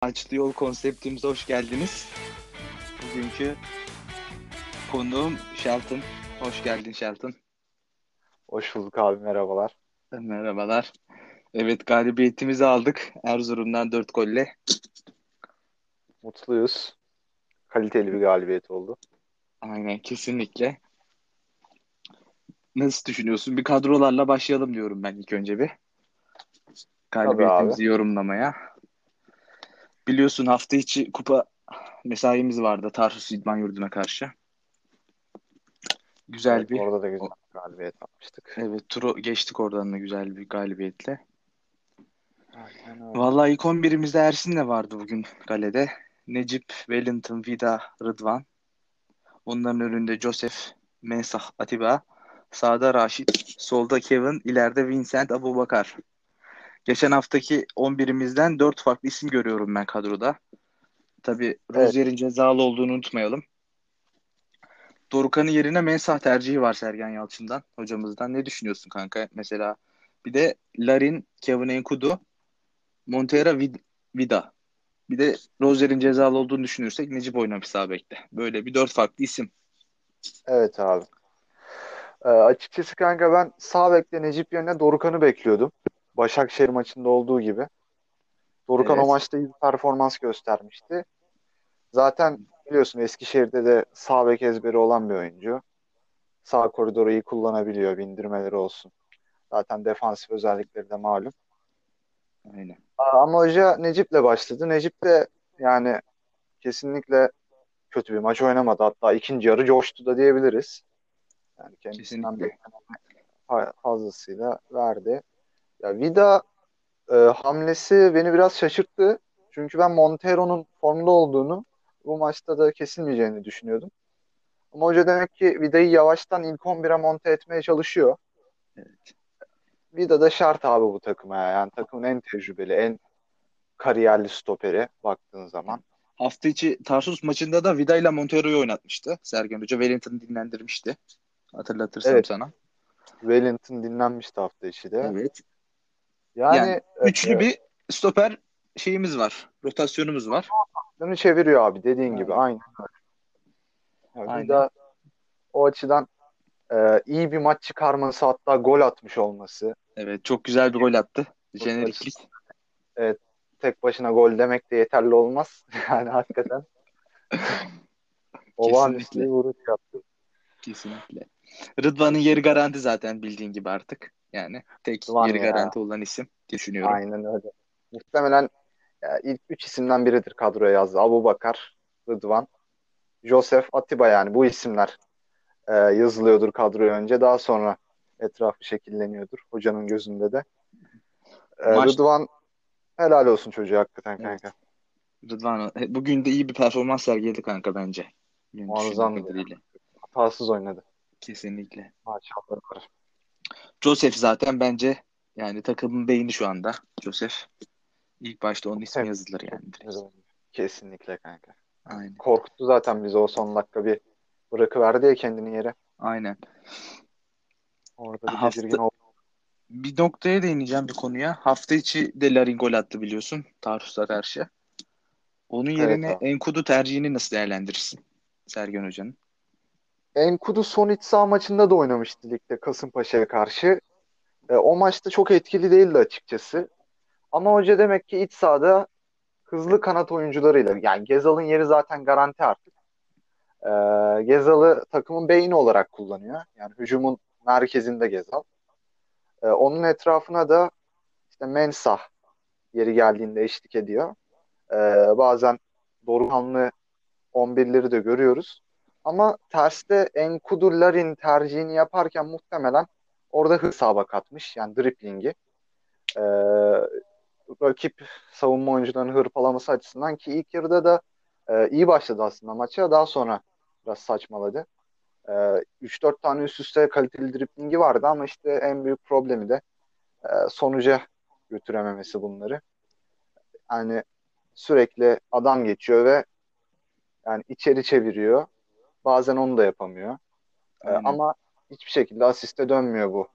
Açlı Yol konseptimize hoş geldiniz. Bugünkü konuğum Shelton. Hoş geldin Shelton. Hoş bulduk abi, merhabalar. Merhabalar. Evet, galibiyetimizi aldık. Erzurum'dan 4 golle. Mutluyuz. Kaliteli bir galibiyet oldu. Aynen, kesinlikle. Nasıl düşünüyorsun? Bir kadrolarla başlayalım diyorum ben ilk önce bir. Tabii abi. Galibiyetimizi yorumlamaya. Biliyorsun hafta içi kupa mesaimiz vardı Tarsus İdman Yurdu'na karşı. Evet, Güzel bir orada da güzel bir galibiyet almıştık. evet, turu geçtik oradan da güzel bir galibiyetle. Aynen öyle. Vallahi ilk 11'imizde Ersin de vardı bugün kalede. Necip, Wellington, Vida, Rıdvan. Onların önünde Joseph, Mensah, Atiba. Sağda Raşit, solda Kevin, ileride Vincent, Abubakar. Geçen haftaki 11'imizden 4 farklı isim görüyorum ben kadroda. Tabii Evet, Rozier'in cezalı olduğunu unutmayalım. Dorukhan'ın yerine Mensah tercihi var Sergen Yalçın'dan, hocamızdan. Ne düşünüyorsun kanka? Mesela bir de Larin, Kevin Enkudu, Montera, Vida. Bir de Rozier'in cezalı olduğunu düşünürsek Necip oynamış sağ bekte. Böyle bir 4 farklı isim. evet abi. Açıkçası kanka ben sağ bekle Necip yerine Dorukhan'ı bekliyordum. Başakşehir maçında olduğu gibi. Dorukhan o Evet. maçta iyi bir performans göstermişti. Zaten biliyorsun Eskişehir'de de sağ bek ezberi olan bir oyuncu. Sağ koridoru iyi kullanabiliyor, bindirmeleri olsun. Zaten defansif özellikleri de malum. Aynen. Ama hoca Necip'le başladı. Necip de yani kesinlikle kötü bir maç oynamadı. Hatta ikinci yarı coştu da diyebiliriz. Yani kendisinden Kesinlikle. beklenen fazlasıyla verdi. Ya Vida hamlesi beni biraz şaşırttı. Çünkü ben Montero'nun formda olduğunu, bu maçta da kesilmeyeceğini düşünüyordum. Ama hoca demek ki Vida'yı yavaştan ilk 11'e monte etmeye çalışıyor. Evet. Vida da şart abi bu takıma ya. Yani takımın en tecrübeli, en kariyerli stoperi baktığın zaman. Hafta içi Tarsus maçında da Vida ile Montero'yu oynatmıştı. Sergen Hoca Wellington'ı dinlendirmişti. Hatırlatırsam Evet, sana. Wellington dinlenmişti hafta içi de. Evet. Yani Yani üçlü bir stoper şeyimiz var. Rotasyonumuz var. aklını çeviriyor abi dediğin gibi. Aynen. Aynen. Yani Aynen. Vida o açıdan iyi bir maç çıkarması, hatta gol atmış olması. Evet, çok güzel bir gol attı. Futbol açısından Jeneriklik. evet, tek başına gol demek de yeterli olmaz. Yani hakikaten olağanüstü bir Kesinlikle. vuruş yaptı. Kesinlikle. Rıdvan'ın yeri garanti zaten bildiğin gibi artık. Yani tek Rıdvan yeri ya. garanti olan isim diye düşünüyorum. Aynen öyle. Muhtemelen ya, ilk 3 isimden biridir kadroya yazdı. Abubakar, Rıdvan, Joseph, Atiba, yani bu isimler yazılıyordur kadroya önce. Daha sonra etrafı şekilleniyordur hocanın gözünde de. Maç Rıdvan helal olsun çocuğa hakikaten evet. kanka. Rıdvan bugün de iyi bir performans sergiledi kanka bence. Benim düşündüğüm Muazzamdı ya. kadarıyla. Hatasız oynadı. Kesinlikle. Maşallah var. Joseph zaten bence yani takımın beyni şu anda. Joseph. İlk başta onun Çok ismi temiz. yazılır Çok yani direkt. temiz oynadı. Kesinlikle kanka. Yani Aynen. korkuttu zaten bizi, o son dakika bir bırakıverdi ya kendini yere. Aynen. Orada bir tedirgin Hafta oldu. bir noktaya değineceğim bir konuya. Hafta içi de Larin gol attı biliyorsun. Tarsus'a karşı. Onun Evet yerine abi. Enkudu tercihini nasıl değerlendirirsin? Sergen Hoca'nın. Enkudu son iç saha maçında da oynamıştı ligde Kasımpaşa'ya karşı. O maçta çok etkili değildi açıkçası. Ama hoca demek ki iç sahada hızlı kanat oyuncularıyla, yani Gezal'ın yeri zaten garanti artık. Gezal'ı takımın beyni olarak kullanıyor. Yani hücumun merkezinde Gezal. Onun etrafına da işte Mensah yeri geldiğinde eşlik ediyor. Bazen Dorukhanlı 11'leri de görüyoruz. Ama terste Enkudu Larin tercihini yaparken muhtemelen orada hesaba katmış. Yani driplingi. Ee, Rakip savunma oyuncularının hırpalaması açısından, ki ilk yarıda da iyi başladı aslında maça. Daha sonra biraz saçmaladı. 3-4 tane üst üste kaliteli driplingi vardı ama işte en büyük problemi de sonuca götürememesi bunları. Yani sürekli adam geçiyor ve yani içeri çeviriyor. Bazen onu da yapamıyor. Aynen. Ama hiçbir şekilde asiste dönmüyor bu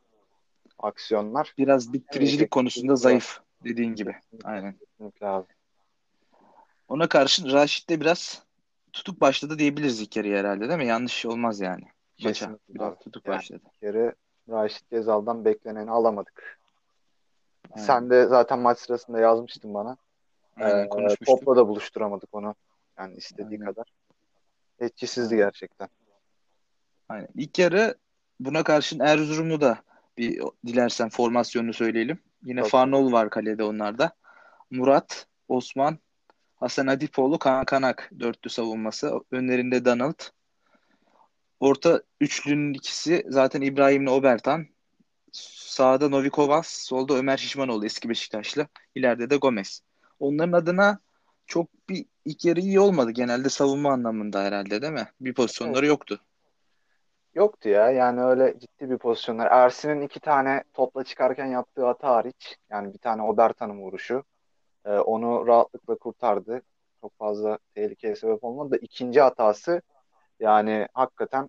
aksiyonlar. Biraz En büyük bitiricilik konusunda eksikliği bu. zayıf dediğin gibi. Kesinlikle, Aynen. kesinlikle abi. Ona karşın Raşit de biraz tutuk başladı diyebiliriz ilk yarıya herhalde, değil mi? Yanlış olmaz yani. Maça Kesinlikle biraz abi. tutuk Yani başladı. bir kere Raşit Gezal'dan bekleneni alamadık. Sen Aynen. de zaten maç sırasında yazmıştın bana. Aynen Topla da konuşmuştuk. buluşturamadık onu. Yani istediği Aynen. kadar. Etkisizdi Aynen. gerçekten. Aynen. İlk yarı buna karşın Erzurum'u da bir dilersen formasyonunu söyleyelim. Yine Tabii abi. Fanol var kalede onlarda. Murat, Osman, Hasan Adipoğlu, Kaan Kanak dörtlü savunması. Önlerinde Donald. Orta üçlünün ikisi zaten İbrahim'le Obertan. Sağda Novikovas, solda Ömer Şişmanoğlu eski Beşiktaşlı. İleride de Gomez. Onların adına çok bir ilk yarı iyi olmadı. Genelde savunma anlamında herhalde, değil mi? Bir Evet. pozisyonları yoktu. Yoktu ya. Yani öyle ciddi bir pozisyonlar. Ersin'in iki tane topla çıkarken yaptığı hata hariç. Yani bir tane Obertan'ın vuruşu. Onu rahatlıkla kurtardı. Çok fazla tehlikeye sebep olmadı da ikinci hatası yani hakikaten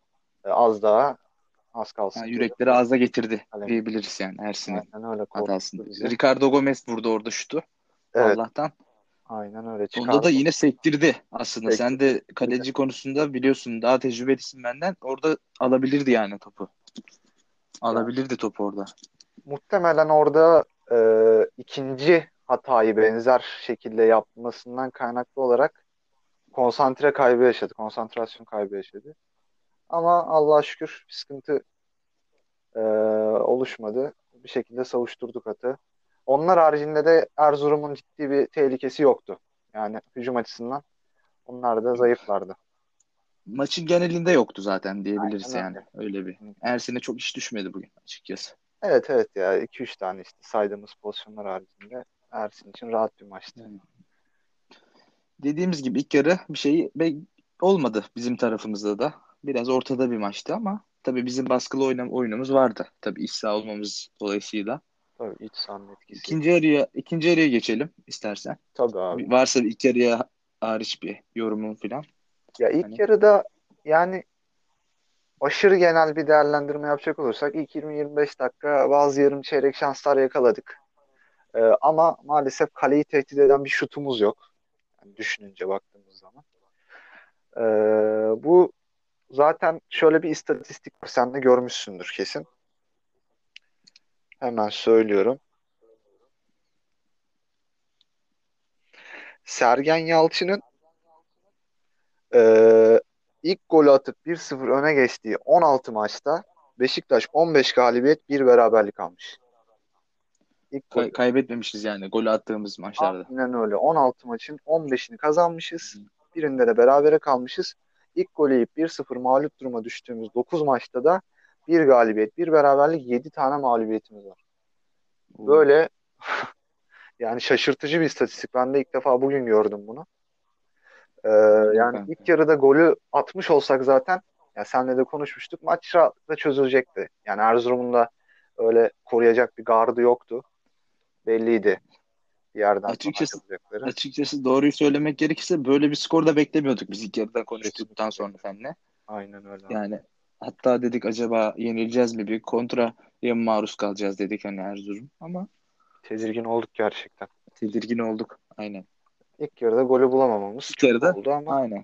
az Ha, kalsın yürekleri geliyordu ağza getirdi kalemize. diyebiliriz yani Ersin'in Aynen öyle hatasında. korkuttu bizi. Ricardo Gomez vurdu orada şutu. Evet, Allah'tan. aynen öyle Onda da çıkardı. yine sektirdi aslında. Sen Sektirdi, de sektirdi. kaleci konusunda biliyorsun, daha tecrübelisin benden. Orada alabilirdi yani topu. Yani Alabilirdi topu orada. muhtemelen orada ikinci hatayı benzer şekilde yapmasından kaynaklı olarak konsantre kaybı yaşadı. Konsantrasyon kaybı yaşadı. Ama Allah'a şükür bir sıkıntı e, oluşmadı. Bir şekilde savuşturduk atı. Onlar haricinde de Erzurum'un ciddi bir tehlikesi yoktu. Yani hücum açısından onlar da zayıflardı. Maçın genelinde yoktu zaten Aynen diyebiliriz yani. öyle. Öyle bir. Kesinlikle. Ersin'e çok iş düşmedi bugün açıkçası. Evet, evet ya, iki üç tane işte saydığımız pozisyonlar haricinde Ersin için rahat bir maçtı. Yani dediğimiz gibi ilk yarı bir şey olmadı bizim tarafımızda da. Biraz ortada bir maçtı ama tabii bizim baskılı oyunumuz vardı. Tabii iç saha olmamız dolayısıyla. Tabii iç sahanın etkisi. İkinci yarıya geçelim istersen. Tabii abi. Varsa ilk yarıya hariç bir yorumun falan. Ya ilk Hani yarıda yani aşırı genel bir değerlendirme yapacak olursak ilk 20-25 dakika bazı yarım çeyrek şanslar yakaladık. Ama maalesef kaleyi tehdit eden bir şutumuz yok. Yani düşününce baktığımız zaman. Bu zaten şöyle bir istatistik var. Sen de görmüşsündür kesin. Hemen söylüyorum. Sergen Yalçın'ın e, ilk golü atıp 1-0 öne geçtiği 16 maçta Beşiktaş 15 galibiyet, bir beraberlik almış. İlk golü. kaybetmemişiz yani golü attığımız maçlarda. Aynen öyle. 16 maçın 15'ini kazanmışız. Birinde de berabere kalmışız. İlk golü yiyip 1-0 mağlup duruma düştüğümüz 9 maçta da bir galibiyet, bir beraberlik, 7 tane mağlubiyetimiz var. Oo, Böyle yani şaşırtıcı bir istatistik. Ben de ilk defa bugün gördüm bunu. Ee, aynen Yani ilk kanka. yarıda golü atmış olsak zaten ya senle de konuşmuştuk. Maç rahatlıkla çözülecekti. Yani Erzurum'un da öyle koruyacak bir gardı yoktu. Belliydi bir yerden sonra Açıkçası açılacakları. açıkçası doğruyu söylemek gerekirse böyle bir skor da beklemiyorduk biz ilk yarıdan konuştuktan Kesinlikle sonra bekledim. seninle. Aynen öyle abi. Yani hatta dedik acaba yenileceğiz mi, bir kontraya mı maruz kalacağız dedik hani Erzurum, ama Tedirgin olduk gerçekten. tedirgin olduk. Aynen. İlk yarıda golü bulamamamız İlk kötü yarıda oldu ama aynen.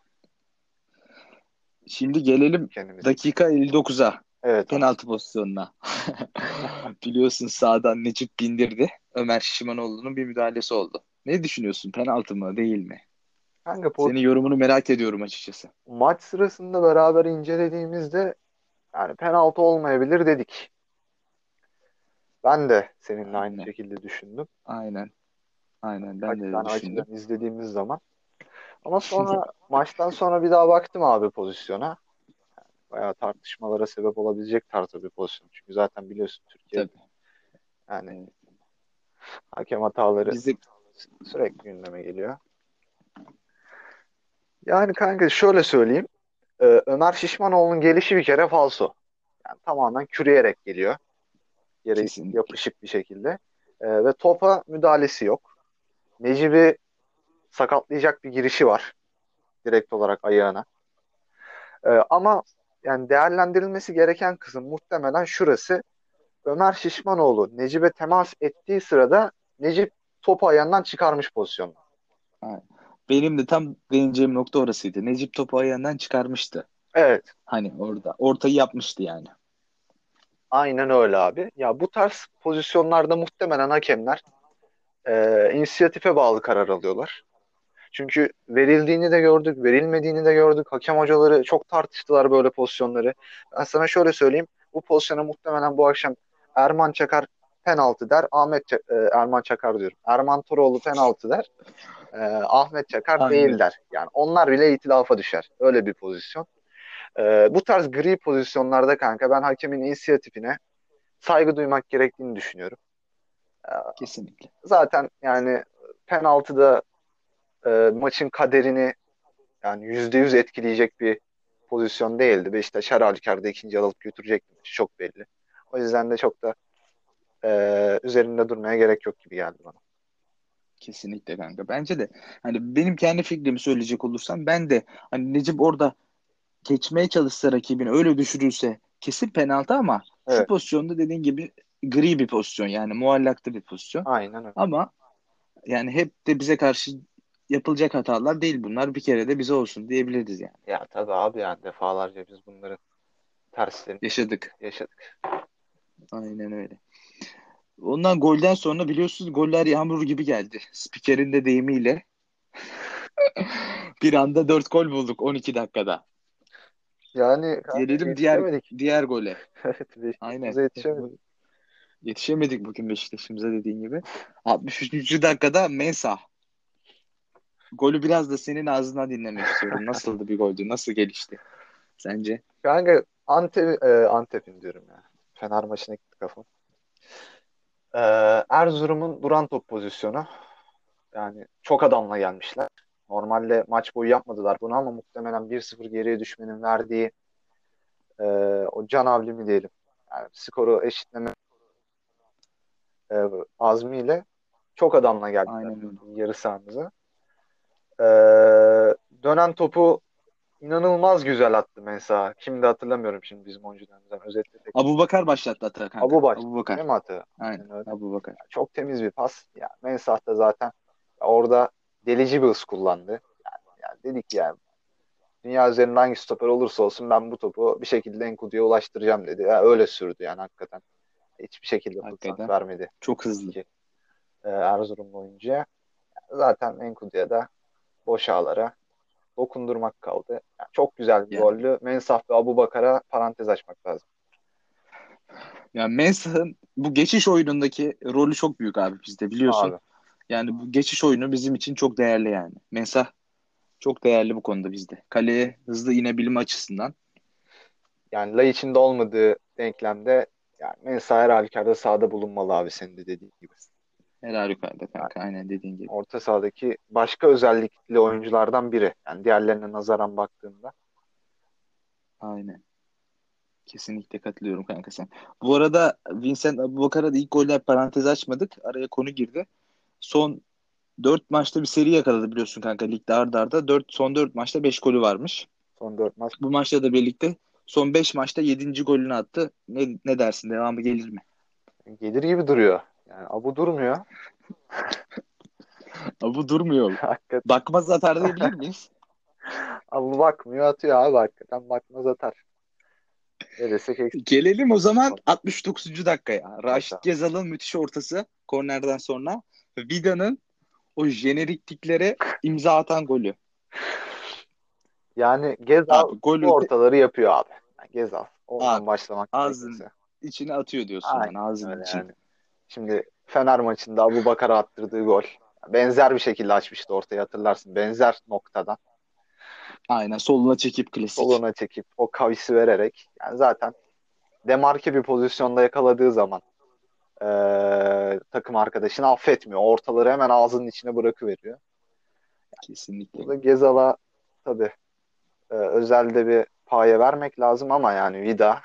Şimdi gelelim kendimize. dakika 59'a, Evet abi. penaltı pozisyonuna. Biliyorsun sağdan Necip bindirdi. Ömer Şişmanoğlu'nun bir müdahalesi oldu. Ne düşünüyorsun? Penaltı mı değil mi? Kanka Senin yorumunu merak ediyorum açıkçası. maç sırasında beraber incelediğimizde yani penaltı olmayabilir dedik. Ben de seninle aynı Aynen. şekilde düşündüm. Aynen. Aynen. Ben Kaç de öyle tane düşündüm. açıdan izlediğimiz zaman. Ama sonra maçtan sonra bir daha baktım abi pozisyona. Bayağı tartışmalara sebep olabilecek tarzda bir pozisyon. Çünkü zaten biliyorsun Türkiye'de Tabii. yani Evet. hakem hataları Bizi sürekli gündeme geliyor. Yani kanka şöyle söyleyeyim. Ömer Şişmanoğlu'nun gelişi bir kere falso. Yani tamamen küreyerek geliyor. Yere kesinlikle. yapışık bir şekilde. Ve topa müdahalesi yok. Necip'i sakatlayacak bir girişi var. Direkt olarak ayağına. Ama yani değerlendirilmesi gereken kısım muhtemelen şurası. Ömer Şişmanoğlu Necip'e temas ettiği sırada Necip topu ayağından çıkarmış pozisyonda. Ha. Benim de tam değineceğim nokta orasıydı. Necip topu ayağından çıkarmıştı. Evet. Hani orada. Ortayı yapmıştı yani. Aynen öyle abi. Ya bu tarz pozisyonlarda muhtemelen hakemler inisiyatife bağlı karar alıyorlar. Çünkü verildiğini de gördük, verilmediğini de gördük. Hakem hocaları çok tartıştılar böyle pozisyonları. Ben sana şöyle söyleyeyim. Bu pozisyona muhtemelen bu akşam Erman Çakar penaltı der. Erman Çakar diyorum. Erman Toroğlu penaltı der. Ahmet Çakar değil Aynen. der. Yani onlar bile itilafa düşer. Öyle bir pozisyon. Bu tarz gri pozisyonlarda kanka ben hakemin inisiyatifine saygı duymak gerektiğini düşünüyorum. Ee, Kesinlikle. Zaten yani penaltıda maçın kaderini yani %100 etkileyecek bir pozisyon değildi. Beşiktaş her halükarda ikinci alıp götürecekti maçı, çok belli. O yüzden de çok da üzerinde durmaya gerek yok gibi geldi bana. Kesinlikle kanka. Bence de hani benim kendi fikrimi söyleyecek olursam ben de hani Necip orada geçmeye çalışsa rakibini öyle düşürürse kesin penaltı ama şu Evet, pozisyonda dediğin gibi gri bir pozisyon yani muallakta bir pozisyon. aynen öyle. Ama yani hep de bize karşı yapılacak hatalar değil bunlar. Bir kere de bize olsun diyebiliriz yani. Ya tabii abi yani defalarca biz bunların terslerini Yaşadık. yaşadık. Aynen öyle. Ondan golden sonra biliyorsunuz goller yağmur gibi geldi. Spikerin de deyimiyle bir anda 4 gol bulduk 12 dakikada. Yani kanka Gelelim yetişemedik. diğer gole. Evet, Aynen. Beşiktaş'ımıza yetişemedik. Yetişemedik bugün Beşiktaş'ımıza dediğin gibi. 63. dakikada Mensah. Golü biraz da senin ağzından dinlemek istiyorum. Nasıldı bir goldü? Nasıl gelişti sence? Antep'in diyorum ya. Fener maçına gitti kafam. Erzurum'un duran top pozisyonu. Yani çok adamla gelmişler. Normalde maç boyu yapmadılar bunu ama muhtemelen 1-0 geriye düşmenin verdiği e, o can havli diyelim. Yani skoru eşitleme e, azmiyle çok adamla geldiler Aynen öyle. yarı sahamıza. E, Dönen topu inanılmaz güzel attı mesela. Kimdi hatırlamıyorum şimdi bizim oyuncularımızdan. Özetle tek Abubakar başlattı atağı Abu kanka. başlattı değil Abubakar. mi atı? Aynen. Aynen öyle. Abubakar. Yani çok temiz bir pas. Ya Mensah da zaten orada delici bir hız kullandı. Yani dedik ya dünya üzerinde hangi stoper olursa olsun ben bu topu bir şekilde Enkudu'ya ulaştıracağım dedi. Ya öyle sürdü yani hakikaten. Hiçbir şekilde fırsat Hakikaten. vermedi Çok hızlı. iki Erzurumlu oyuncuya. Zaten Enkudu'ya da boş ağlara dokundurmak kaldı. Yani çok güzel bir Yani, goldü. Mensah ve Abubakar'a parantez açmak lazım. yani Mensah'ın bu geçiş oyunundaki rolü çok büyük abi bizde Değil mi biliyorsun. abi? Yani bu geçiş oyunu bizim için çok değerli yani. Mensah çok değerli bu konuda bizde. Kaleye hızlı inebilme açısından. Yani lay içinde olmadığı denklemde yani Mensah her halükarda sahada bulunmalı abi senin de dediğin gibi. Her halükarda Yani kanka aynen dediğin gibi. orta sahadaki başka özellikli oyunculardan biri. Yani diğerlerine nazaran baktığında. Aynen. Kesinlikle katılıyorum kanka sen. Bu arada Vincent Aboubakar da ilk goller parantez açmadık. Araya konu girdi. Son 4 maçta bir seri yakaladı biliyorsun kanka ligde arda arda. Son 4 maçta 5 golü varmış. Son 4 maç Bu maçta da birlikte son 5 maçta yedinci golünü attı. Ne dersin? Devamı gelir mi? gelir gibi duruyor. Yani Abu durmuyor. Ama bu durmuyor. Hakikaten. Bakmaz atar diyebilir miyiz? Abu bakmıyor atıyor abi hakikaten. Bakmaz atar. Ne desek eksik. Gelelim o zaman 69. dakikaya. Bakalım. Raşit Gezal'ın müthiş ortası kornerden sonra. Vida'nın o jenerikliklere imza atan golü. Yani Gezal Abi bu golü de ortaları yapıyor abi. Yani Gezal. Oradan abi başlamak ağzın gerekirse. içine atıyor diyorsun Aynen yani ağzının öyle içine. yani. Şimdi Fener maçında Abubakar'a attırdığı gol. Benzer bir şekilde açmıştı ortaya hatırlarsın. Benzer noktadan. Aynen soluna çekip klasik. Soluna çekip o kavisi vererek. Yani zaten demarke bir pozisyonda yakaladığı zaman takım arkadaşını affetmiyor. Ortaları hemen ağzının içine bırakıveriyor. Kesinlikle. Burada Gezal'a tabii özelde bir paye vermek lazım ama yani Vida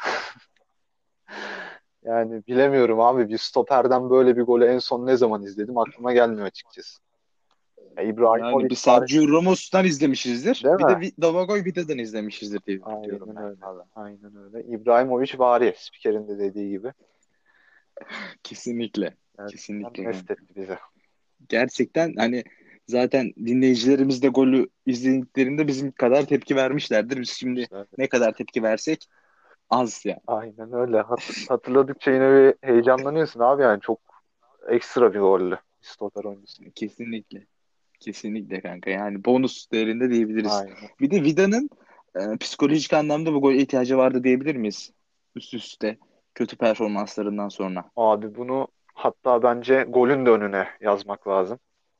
yani bilemiyorum abi bir stoperden böyle bir golü en son ne zaman izledim aklıma gelmiyor açıkçası. Ya Yani İbrahimovic bir var Sergio Ramos'tan izlemişizdir. değil Bir mi? de Domagoj Vida'dan izlemişizdir diye biliyorum Aynen ben. öyle. Valla. Aynen öyle. İbrahimovic vari spikerin de dediği gibi. Kesinlikle. Gerçekten Kesinlikle mest kanka. etti bize. Gerçekten hani Zaten dinleyicilerimiz de golü izlediklerinde bizim kadar tepki vermişlerdir. Biz şimdi İşte ne kadar tepki versek az yani. aynen öyle. Hatırladıkça yine bir heyecanlanıyorsun abi, yani çok ekstra bir golle. Bir stoper oyuncusu. Kesinlikle. Kesinlikle kanka. Yani bonus değerinde diyebiliriz. Aynen. Bir de Vida'nın psikolojik anlamda bu gole ihtiyacı vardı diyebilir miyiz? Üst üste kötü performanslarından sonra. Abi bunu hatta bence golün de önüne yazmak lazım.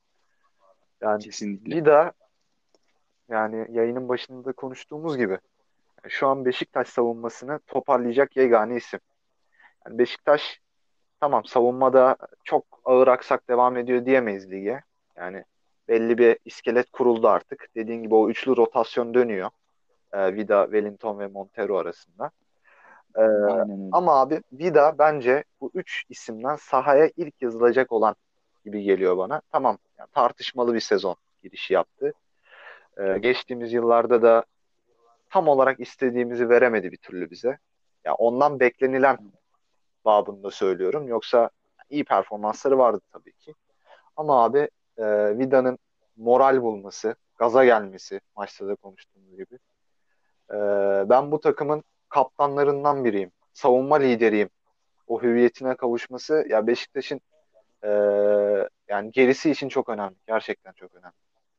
Yani Kesinlikle. Vida, yani yayının başında konuştuğumuz gibi şu an Beşiktaş savunmasını toparlayacak yegane isim. Yani Beşiktaş tamam, savunmada çok ağır aksak devam ediyor diyemeyiz lige. Yani belli bir iskelet kuruldu artık. Dediğin gibi o üçlü rotasyon dönüyor. Vida, Wellington ve Montero arasında. Ee, Aynen öyle. ama abi Vida bence bu üç isimden sahaya ilk yazılacak olan gibi geliyor bana. Tamam, yani tartışmalı bir sezon girişi yaptı. Geçtiğimiz yıllarda da tam olarak istediğimizi veremedi bir türlü bize. Ya ondan beklenilen babında söylüyorum. Yoksa iyi performansları vardı tabii ki. Ama abi Vida'nın moral bulması, gaza gelmesi, maçta da konuştuğumuz gibi. e, ben bu takımın kaptanlarından biriyim. Savunma lideriyim. O hüviyetine kavuşması ya Beşiktaş'ın e, yani gerisi için çok önemli. Gerçekten çok önemli.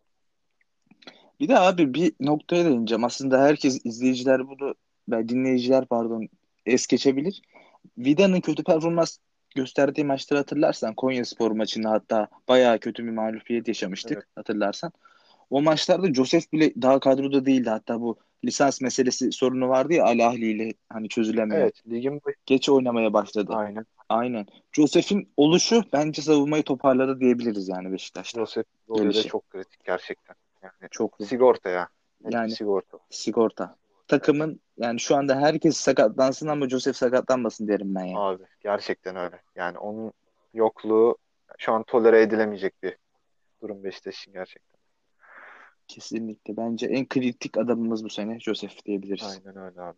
Bir de abi bir noktaya değineceğim. Aslında herkes izleyiciler bunu ve dinleyiciler pardon es geçebilir. Vida'nın kötü performans gösterdiği maçları hatırlarsan Konyaspor maçında hatta bayağı kötü bir mağlubiyet Evet. yaşamıştık hatırlarsan. O maçlarda Josef bile daha kadroda değildi. Hatta bu lisans meselesi sorunu vardı ya Al Ahly ile hani çözülemeyen. Evet, ligin başı. Geç oynamaya başladı. Aynen. Aynen. Josef'in oluşu bence savunmayı toparladı diyebiliriz yani Beşiktaş'ta. Josep rolü de Gelişi. çok kritik gerçekten. Yani Çok sigorta ya. Net bir yani sigorta. sigorta. Takımın yani şu anda herkes sakatlansın ama Josef sakatlanmasın derim ben ya. Abi gerçekten öyle. Yani onun yokluğu şu an tolere edilemeyecek bir durum Beşiktaş için gerçekten. Kesinlikle. Bence en kritik adamımız bu sene Josef diyebiliriz. Aynen öyle abi.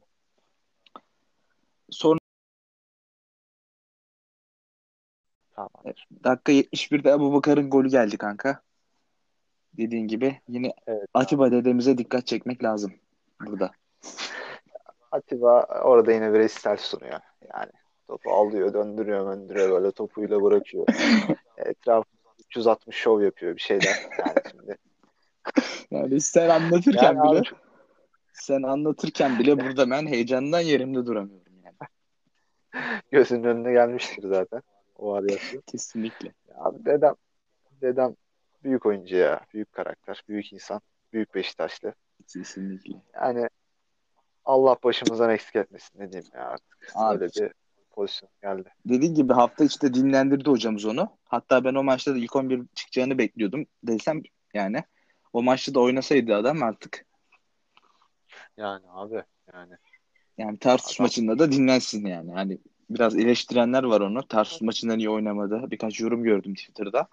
Son Tamamdır. dakika 71'de Abubakar'ın golü geldi kanka. Dediğin gibi yine Evet abi. Atiba dedemize dikkat çekmek lazım burada. Atiba orada yine bireysel sunuyor. Yani topu alıyor, döndürüyor, döndürüyor, böyle topuyla bırakıyor. Etrafında 360 şov yapıyor bir şeyler. Yani şimdi. Yani sen Yani anlatırken abi bile çok sen anlatırken bile burada ben heyecandan yerimde duramıyorum yani. gözünün önüne gelmiştir zaten o varyasyon. Kesinlikle. Ya abi dedem büyük oyuncu ya. Büyük karakter, büyük insan, büyük Beşiktaşlı. Kesinlikle. Yani Allah başımızdan eksik etmesin ne diyeyim ya artık. Abi Öyle bir pozisyon geldi. dediğin gibi hafta içinde dinlendirdi hocamız onu. Hatta ben o maçta da ilk 11 çıkacağını bekliyordum desem yani. O maçta da oynasaydı adam artık Yani abi, yani yani Tarsus adam maçında da dinlensin yani. Hani biraz eleştirenler var onu. Tarsus maçında niye oynamadı? Birkaç yorum gördüm Twitter'da.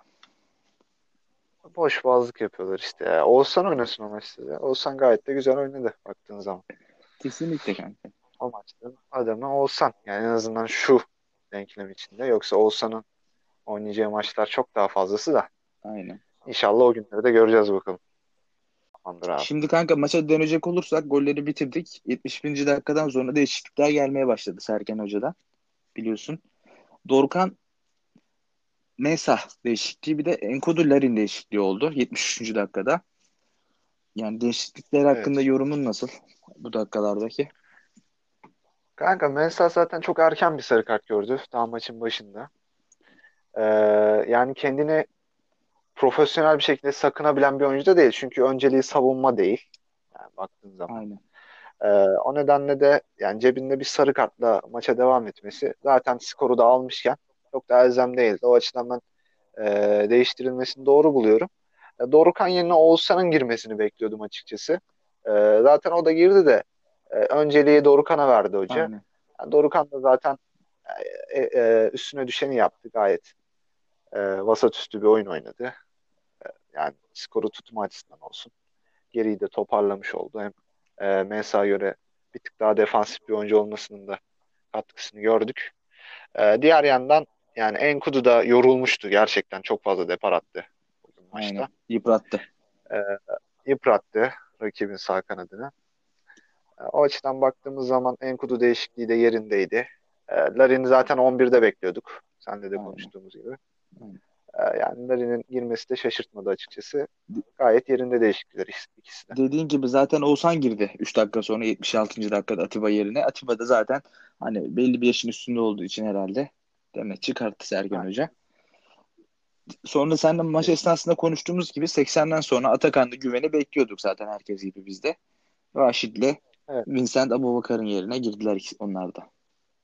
boş boğazlık yapıyorlar işte ya. Oğuzhan oynasın o maçta ya. Oğuzhan gayet de güzel oynadı baktığın zaman. Kesinlikle kanka. O maçın adamı Oğuzhan. Yani en azından şu denklem içinde. Yoksa Oğuzhan'ın oynayacağı maçlar çok daha fazlası da. Aynen. İnşallah o günleri de göreceğiz bakalım. Tamamdır abi. Şimdi kanka maça dönecek olursak golleri bitirdik. 71. dakikadan sonra değişiklikler gelmeye başladı Sergen Hoca'dan. Biliyorsun. Dorukhan Mensah değişikliği bir de Enkudu Larin değişikliği oldu 73. dakikada. Yani değişiklikler hakkında Evet. yorumun nasıl bu dakikalardaki? Kanka Mensah zaten çok erken bir sarı kart gördü. Daha maçın başında. Ee, yani kendini profesyonel bir şekilde sakınabilen bir oyuncu da değil. Çünkü önceliği savunma değil. Yani baktığın zaman. Aynen. O nedenle de yani cebinde bir sarı kartla maça devam etmesi zaten skoru da almışken çok da elzem değildi. O açıdan ben değiştirilmesini doğru buluyorum. Dorukhan yerine Oğuzhan'ın girmesini bekliyordum açıkçası. Zaten o da girdi de önceliği Dorukhan'a verdi hoca. Aynen. Yani Dorukhan da zaten üstüne düşeni yaptı gayet. Vasat üstü bir oyun oynadı. Yani skoru tutma açısından olsun. Geriyi de toparlamış oldu. Hem Mensah'a göre bir tık daha defansif bir oyuncu olmasının da katkısını gördük. Diğer yandan yani Enkudu da yorulmuştu. Gerçekten çok fazla depar attı. Aynen. maçta. Yıprattı. E, yıprattı rakibin sağ kanadını. O açıdan baktığımız zaman Enkudu değişikliği de yerindeydi. Larin'i zaten 11'de bekliyorduk. Senle de Aynen. konuştuğumuz gibi. Aynen. Yani Larin'in girmesi de şaşırtmadı açıkçası. Gayet yerinde değişiklikler ikisi de. Dediğin gibi zaten Oğuzhan girdi 3 dakika sonra 76. dakikada Atiba yerine. Atiba da zaten hani belli bir yaşın üstünde olduğu için herhalde demek çıkarttı Sergen Ha, Hoca. Sonra seninle maç kesinlikle. esnasında konuştuğumuz gibi 80'den sonra Atakan'da güveni bekliyorduk zaten herkes gibi biz de. Raşit'le Evet. Vincent Aboubakar'ın yerine girdiler onlar da.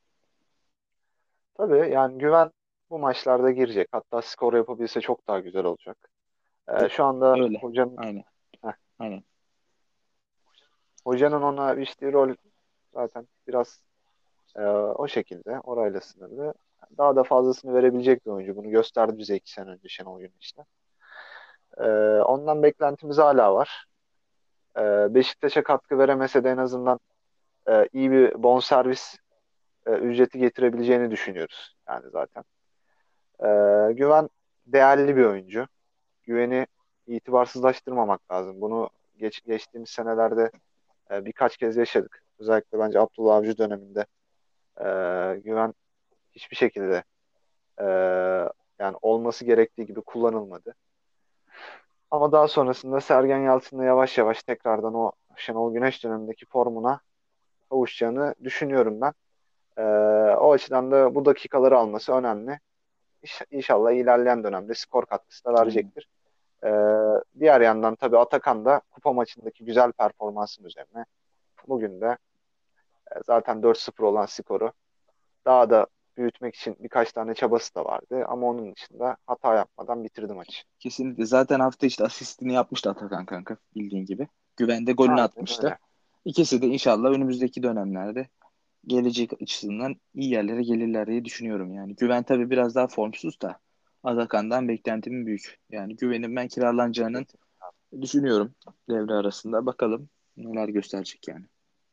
Tabii yani güven bu maçlarda girecek. Hatta skor yapabilse çok daha güzel olacak. Şu anda Öyle. hocanın Aynen. heh, Aynen. hocanın ona biçtiği rol zaten biraz o şekilde orayla sınırlı. Daha da fazlasını verebilecek bir oyuncu. Bunu gösterdi bize 2 sene önce Şenol Güneş'te. Ee, ondan beklentimiz hala var. Beşiktaş'a katkı veremese de en azından iyi bir bonservis ücreti getirebileceğini düşünüyoruz. Yani zaten. Güven değerli bir oyuncu. Güveni itibarsızlaştırmamak lazım. Bunu geçtiğimiz senelerde birkaç kez yaşadık. Özellikle bence Abdullah Avcı döneminde güven hiçbir şekilde e, yani olması gerektiği gibi kullanılmadı. Ama daha sonrasında Sergen Yalçın'la yavaş yavaş tekrardan o Şenol Güneş dönemindeki formuna kavuşacağını düşünüyorum ben. Ee, o açıdan da bu dakikaları alması önemli. İnşallah ilerleyen dönemde skor katkısı da Aynen. verecektir. Ee, diğer yandan tabii Atakan da kupa maçındaki güzel performansın üzerine bugün de zaten 4-0 olan skoru daha da büyütmek için birkaç tane çabası da vardı. Ama onun dışında hata yapmadan bitirdi maçı. Kesinlikle. Zaten hafta işte asistini yapmıştı Atakan kanka bildiğin gibi. Güvende golünü Aynen atmıştı. öyle. İkisi de inşallah önümüzdeki dönemlerde gelecek açısından iyi yerlere gelirler diye düşünüyorum yani. Güven tabii biraz daha formsuz da Atakan'dan beklentimin büyük. Yani güvenin ben kiralanacağını Kesinlikle. düşünüyorum devre arasında. Bakalım neler gösterecek yani.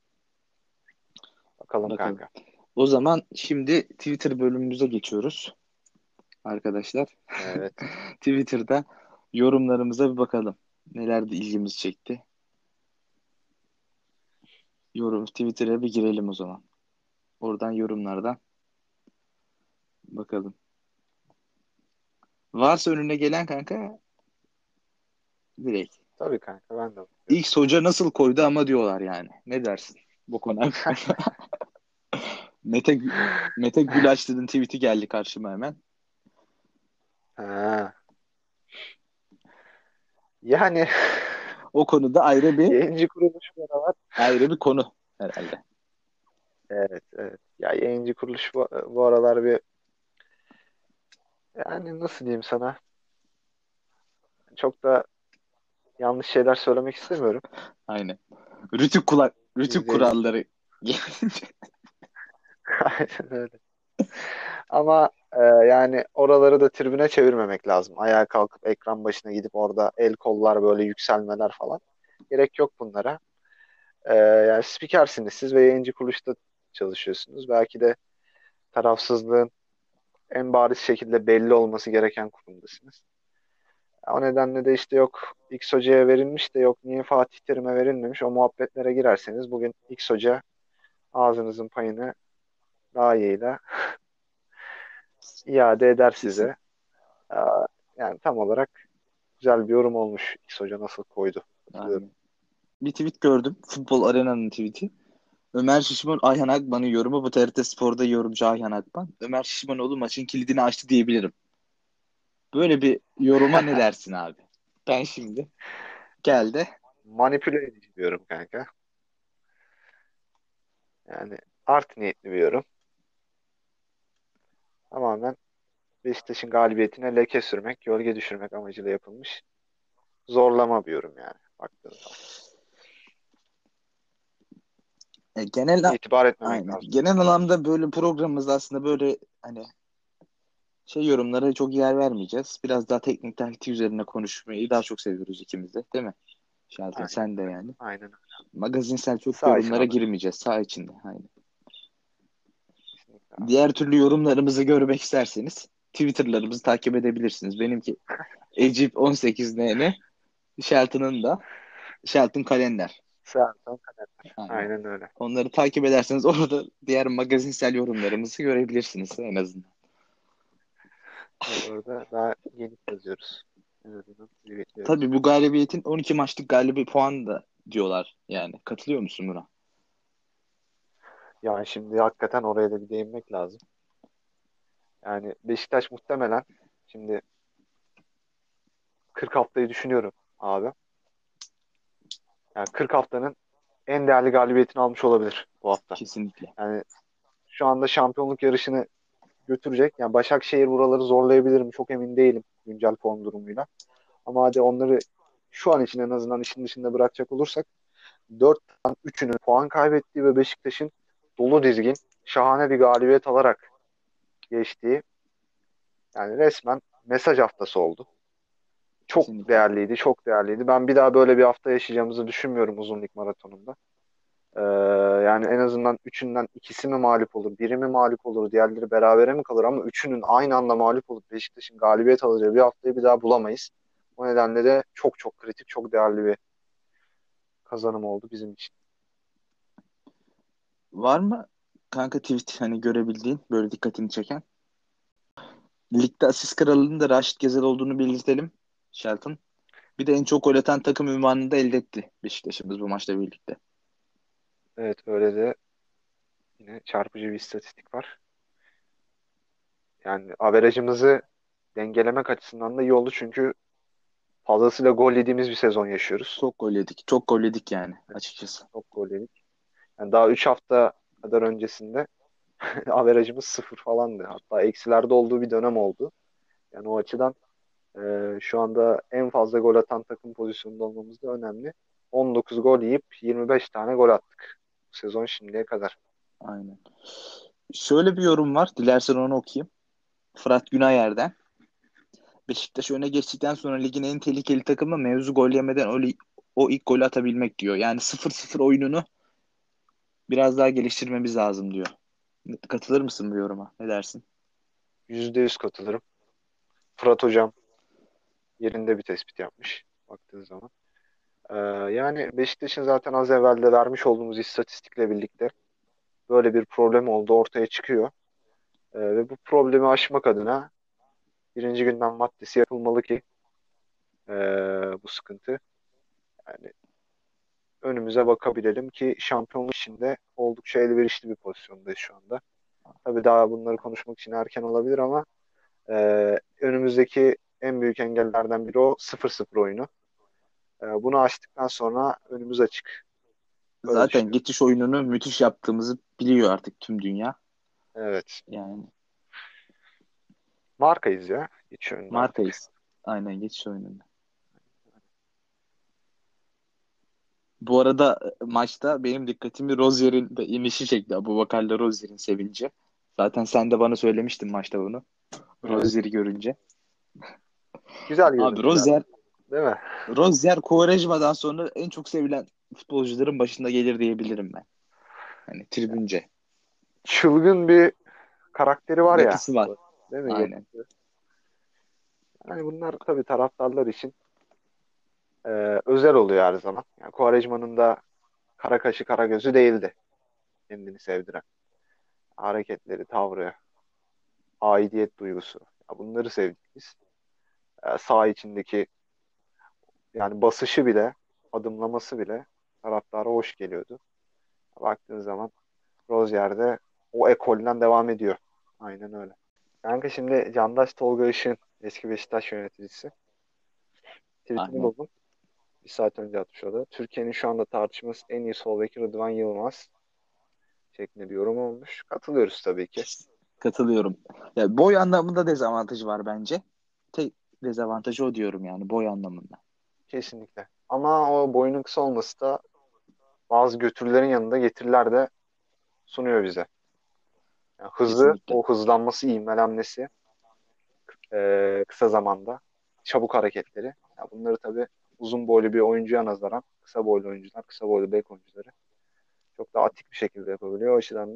Bakalım Bakalım. kanka. O zaman şimdi Twitter bölümümüze geçiyoruz arkadaşlar. Evet. Twitter'da yorumlarımıza bir bakalım. Neler de ilgimizi çekti. Twitter'a bir girelim o zaman. Oradan yorumlardan bakalım. Varsa önüne gelen kanka direkt. Tabii kanka ben de bakıyorum. X hoca nasıl koydu ama diyorlar yani. Ne dersin bu konu hakkında? Mete, Mete Gülaçlı'nın tweet'i geldi karşıma hemen. Ha. Yani O konuda yayıncı kuruluş var. ayrı bir konu herhalde. Evet, evet. Ya yayıncı kuruluş bu aralar bir yani nasıl diyeyim sana çok da yanlış şeyler söylemek istemiyorum. Aynen. Rütük İzleyici. kuralları. Aynen öyle. Ama yani oraları da tribüne çevirmemek lazım. Ayağa kalkıp ekran başına gidip orada el kollar böyle yükselmeler falan. Gerek yok bunlara. Yani spikersiniz siz ve yayıncı kuruluşta çalışıyorsunuz. Belki de tarafsızlığın en bariz şekilde belli olması gereken kurumdasınız. O nedenle de işte yok X hocaya verilmiş de yok niye Fatih Terim'e verilmemiş o muhabbetlere girerseniz bugün X hoca ağzınızın payını layığıyla iade eder Kesin. size. Aa, yani tam olarak güzel bir yorum olmuş. X hoca nasıl koydu. Katılıyorum. Aynen. Bir tweet gördüm. Futbol Arena'nın tweet'i. Ömer Şişman, Ayhan Akman'ın yorumu. Bu TRT Spor'da yorumcu Ayhan Akman. Ömer Şişmanoğlu maçın kilidini açtı diyebilirim. Böyle bir yoruma ne dersin abi? Ben şimdi geldi. Manipüle edici diyorum kanka. Yani art niyetli bir yorum. Tamamen Beşiktaş'ın galibiyetine leke sürmek, gölge düşürmek amacıyla yapılmış zorlama bir yorum yani baktığın zaman. Genel İtibar etmemek aynen. lazım. Genel anlamda böyle programımızda aslında böyle hani şey yorumlara çok yer vermeyeceğiz. Biraz daha teknik taktik üzerine konuşmayı daha çok seviyoruz ikimiz de, değil mi? Şalter Aynen sen de öyle. yani. Aynen öyle. Magazinsel çok Sağ için yorumlara alır. girmeyeceğiz. Sağ içinde. Aynen. Kesinlikle abi. Diğer türlü yorumlarımızı görmek isterseniz Twitter'larımızı takip edebilirsiniz. Benimki Ecip 18N, Shelton'ın da Shelton Kalender. Serkan Kaneper. Aynen. Aynen öyle. Onları takip ederseniz orada diğer magazinsel yorumlarımızı görebilirsiniz en azından. Evet, orada daha yeni yazıyoruz. En azından tweetliyoruz. Tabii bu galibiyetin 12 maçlık galibi puan da diyorlar yani. Katılıyor musun buna? Yani şimdi hakikaten oraya da bir değinmek lazım. Yani Beşiktaş muhtemelen şimdi 40 haftayı düşünüyorum abi. Yani 40 haftanın en değerli galibiyetini almış olabilir bu hafta. Kesinlikle. Yani şu anda şampiyonluk yarışını götürecek. Yani Başakşehir buraları zorlayabilir mi? Çok emin değilim güncel form durumuyla. Ama hadi onları şu an için en azından işin dışında bırakacak olursak 4'ten 3'ünün puan kaybettiği ve Beşiktaş'ın dolu dizgin şahane bir galibiyet alarak geçtiği yani resmen mesaj haftası oldu. Çok Kesinlikle. değerliydi, çok değerliydi. Ben bir daha böyle bir hafta yaşayacağımızı düşünmüyorum uzun lig maratonunda. Ee, Yani en azından üçünden ikisi mi mağlup olur, biri mi mağlup olur, diğerleri berabere mi kalır ama üçünün aynı anda mağlup olup Beşiktaş'ın galibiyet alacağı bir haftayı bir daha bulamayız. O nedenle de çok çok kritik, çok değerli bir kazanım oldu bizim için. Var mı kanka tweet hani görebildiğin böyle dikkatini çeken? Ligde asist kralının da Raşit Gezer olduğunu belirtelim. Shelton. Bir de en çok gol atan takım unvanını da elde etti Beşiktaş'ımız bu maçla birlikte. Evet, öyle de yine çarpıcı bir istatistik var. Yani averajımızı dengelemek açısından da iyi oldu çünkü fazlasıyla gol yediğimiz bir sezon yaşıyoruz. Çok gol yedik. Çok gol yedik yani açıkçası. Çok gol yedik. Yani daha 3 hafta kadar öncesinde averajımız sıfır falandı. Hatta eksilerde olduğu bir dönem oldu. Yani o açıdan şu anda en fazla gol atan takım pozisyonunda olmamız da önemli. 19 gol yiyip 25 tane gol attık bu sezon şimdiye kadar. Aynen. Şöyle bir yorum var. Dilersen onu okuyayım. Fırat Günayer'den. Beşiktaş öne geçtikten sonra ligin en tehlikeli takımı mevzu gol yemeden o ilk golü atabilmek diyor. Yani 0-0 oyununu biraz daha geliştirmemiz lazım diyor. Katılır mısın bu yoruma? Ne dersin? %100 katılırım. Fırat Hocam yerinde bir tespit yapmış baktığın zaman. Yani Beşiktaş'ın zaten az evvel de vermiş olduğumuz istatistikle birlikte böyle bir problem oldu ortaya çıkıyor. Ve bu problemi aşmak adına birinci gündem maddesi yapılmalı ki bu sıkıntı. Yani önümüze bakabilelim ki şampiyonluk içinde oldukça elverişli bir pozisyondayız şu anda. Tabii daha bunları konuşmak için erken olabilir ama önümüzdeki en büyük engellerden biri o 0-0 oyunu. Bunu aştıktan sonra önümüz açık. Öyle Zaten düşünüyorum. geçiş oyununu müthiş yaptığımızı biliyor artık tüm dünya. Evet. Yani Markayız ya. Hiç önünde artık. markayız. Aynen geçiş oyununda. Bu arada maçta benim dikkatimi Rozier'in de inişi çekti. Abubakar'la Rozier'in sevinci. Zaten sen de bana söylemiştin maçta bunu. Evet. Rozier'i görünce. Güzel Abi görüntüler. Rozier, Değil mi? Rozier Quaresma'dan sonra en çok sevilen futbolcuların başında gelir diyebilirim ben. Hani tribünce. Çılgın bir karakteri var ya. Yapısı var. Değil mi? Aynen. Yapısı. Yani bunlar tabii taraftarlar için özel oluyor her zaman. Yani Quaresma'nın da kara kaşı kara gözü değildi. Kendini sevdiren. Hareketleri, tavrı, aidiyet duygusu. Ya bunları sevdik biz. Saha içindeki yani basışı bile, adımlaması bile taraftara hoş geliyordu. Baktığın zaman Rozier'de o ekolden devam ediyor. Aynen öyle. Kanka şimdi Candaş Tolga Işık'ın eski Beşiktaş yöneticisi. Tweetini Aynen. buldum. Bir saat önce atmış o da. Türkiye'nin şu anda tartışması en iyi sol beki Rıdvan Yılmaz şeklinde bir yorum olmuş. Katılıyoruz tabii ki. Katılıyorum. Ya boy anlamında dezavantajı var bence. Tek dezavantajı o diyorum yani boy anlamında. Kesinlikle. Ama o boyunun kısa olması da bazı götürülerin yanında getiriler de sunuyor bize. Yani hızı, Kesinlikle. o hızlanması, ivmelenmesi kısa zamanda, çabuk hareketleri. Ya bunları tabii uzun boylu bir oyuncuya nazaran kısa boylu oyuncular, kısa boylu bek oyuncuları çok daha atik bir şekilde yapabiliyor o açıdan da.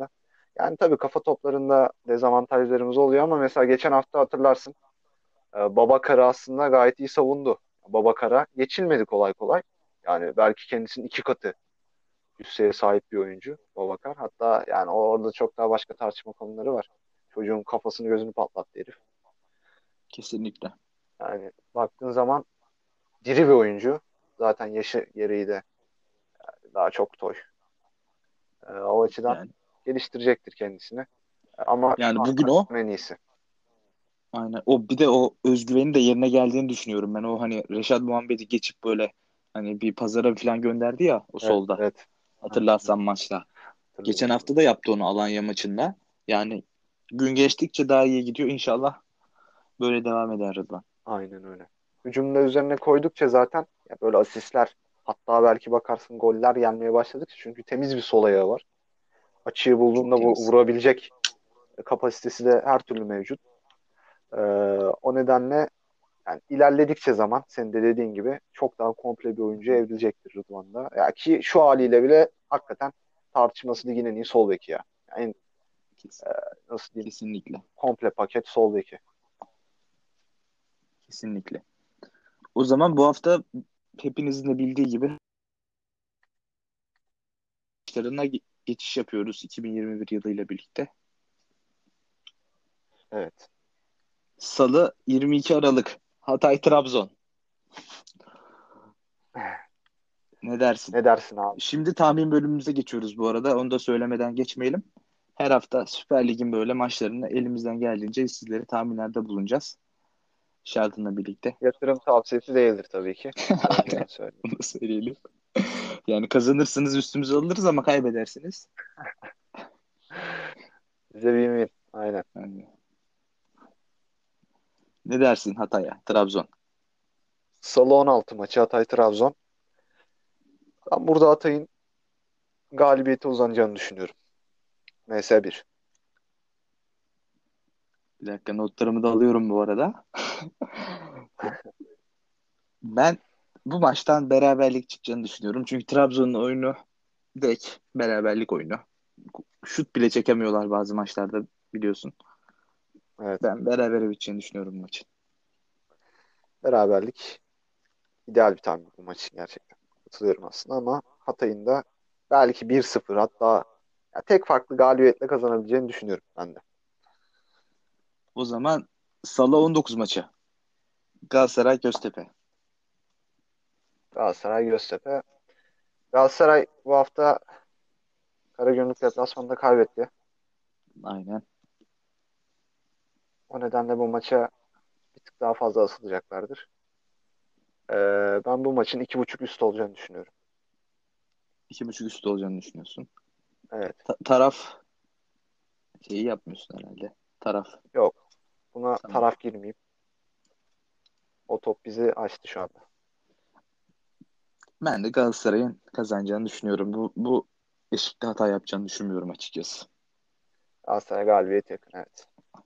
Yani tabii kafa toplarında dezavantajlarımız oluyor ama mesela geçen hafta hatırlarsın, Babakar'ı aslında gayet iyi savundu. Babakar'a geçilmedi kolay kolay. Yani belki kendisinin iki katı üsteye sahip bir oyuncu Babakar. Hatta yani orada çok daha başka tartışma konuları var. Çocuğun kafasını gözünü patlattı herif. Kesinlikle. Yani baktığın zaman diri bir oyuncu. Zaten yaşı gereği de daha çok toy. O açıdan Yani geliştirecektir kendisini. Ama şu yani an bugün o en iyisi. aynen o bir de o özgüveni de yerine geldiğini düşünüyorum ben. O hani Reşat Muhammed'i geçip böyle hani bir pazara falan gönderdi ya o Evet, solda. evet. Aynen Hatırlarsan öyle. maçta. Geçen Hatırlıyorum. hafta da yaptı onu Alanya maçında. Yani gün geçtikçe daha iyi gidiyor. İnşallah böyle devam eder Rıdvan. Aynen öyle. Hücumda üzerine koydukça zaten ya böyle asistler, hatta belki bakarsın goller gelmeye başladıkça, çünkü temiz bir sol ayağı var. Açığı Çok bulduğunda temiz. vurabilecek kapasitesi de her türlü mevcut. Ee, O nedenle yani ilerledikçe zaman senin de dediğin gibi çok daha komple bir oyuncuya evrilecektir Rıdvan'da. Ya ki şu haliyle bile hakikaten tartışması ligin en iyi sol beki ya. Yani Kes- e, nasıl diyeyim, Kesinlikle. komple paket sol beki. Kesinlikle. O zaman bu hafta hepinizin de bildiği gibi maçlarına geçiş yapıyoruz 2021 yılıyla birlikte. Evet. Salı 22 Aralık Hatay Trabzon. Ne dersin? Ne dersin abi? Şimdi tahmin bölümümüze geçiyoruz bu arada. Onu da söylemeden geçmeyelim. Her hafta Süper Lig'in böyle maçlarını elimizden geldiğince sizlere tahminlerde bulunacağız. Şartınla birlikte. Yatırım tavsiyesi değildir tabii ki. Onu da Aynen. önceden söyleyeyim. Bunu da söyleyelim. Yani kazanırsınız üstümüze alırız ama kaybedersiniz. Bize bir ümit. Aynen. Yani ne dersin Hatay'a, Trabzon? Salı 16 maçı Hatay Trabzon. Ben burada Hatay'ın galibiyete uzanacağını düşünüyorum. MS1. Bir dakika notlarımı da alıyorum bu arada. Ben bu maçtan beraberlik çıkacağını düşünüyorum. Çünkü Trabzon'un oyunu direkt beraberlik oyunu. Şut bile çekemiyorlar bazı maçlarda biliyorsun. Evet. Ben berabere biteceğini düşünüyorum bu maçın. Beraberlik ideal bir tahmin bu maç için gerçekten. Katılıyorum aslında ama Hatay'ın da belki 1-0, hatta ya tek farklı galibiyetle kazanabileceğini düşünüyorum ben de. O zaman Salı 19 maçı. Galatasaray Göztepe. Galatasaray Göztepe. Galatasaray bu hafta Karagümrük deplasmanında kaybetti. Aynen. O nedenle bu maça bir tık daha fazla asılacaklardır. Ben bu maçın 2,5 üst olacağını düşünüyorum. 2,5 üstü olacağını düşünüyorsun. Evet. Taraf şeyi yapmıyorsun herhalde. Taraf. Yok. Buna Tamam. taraf girmeyeyim. O top bizi açtı şu anda. Ben de Galatasaray'ın kazanacağını düşünüyorum. Bu eşikte hata yapacağını düşünmüyorum açıkçası. Galatasaray galibiyet yakın. Evet.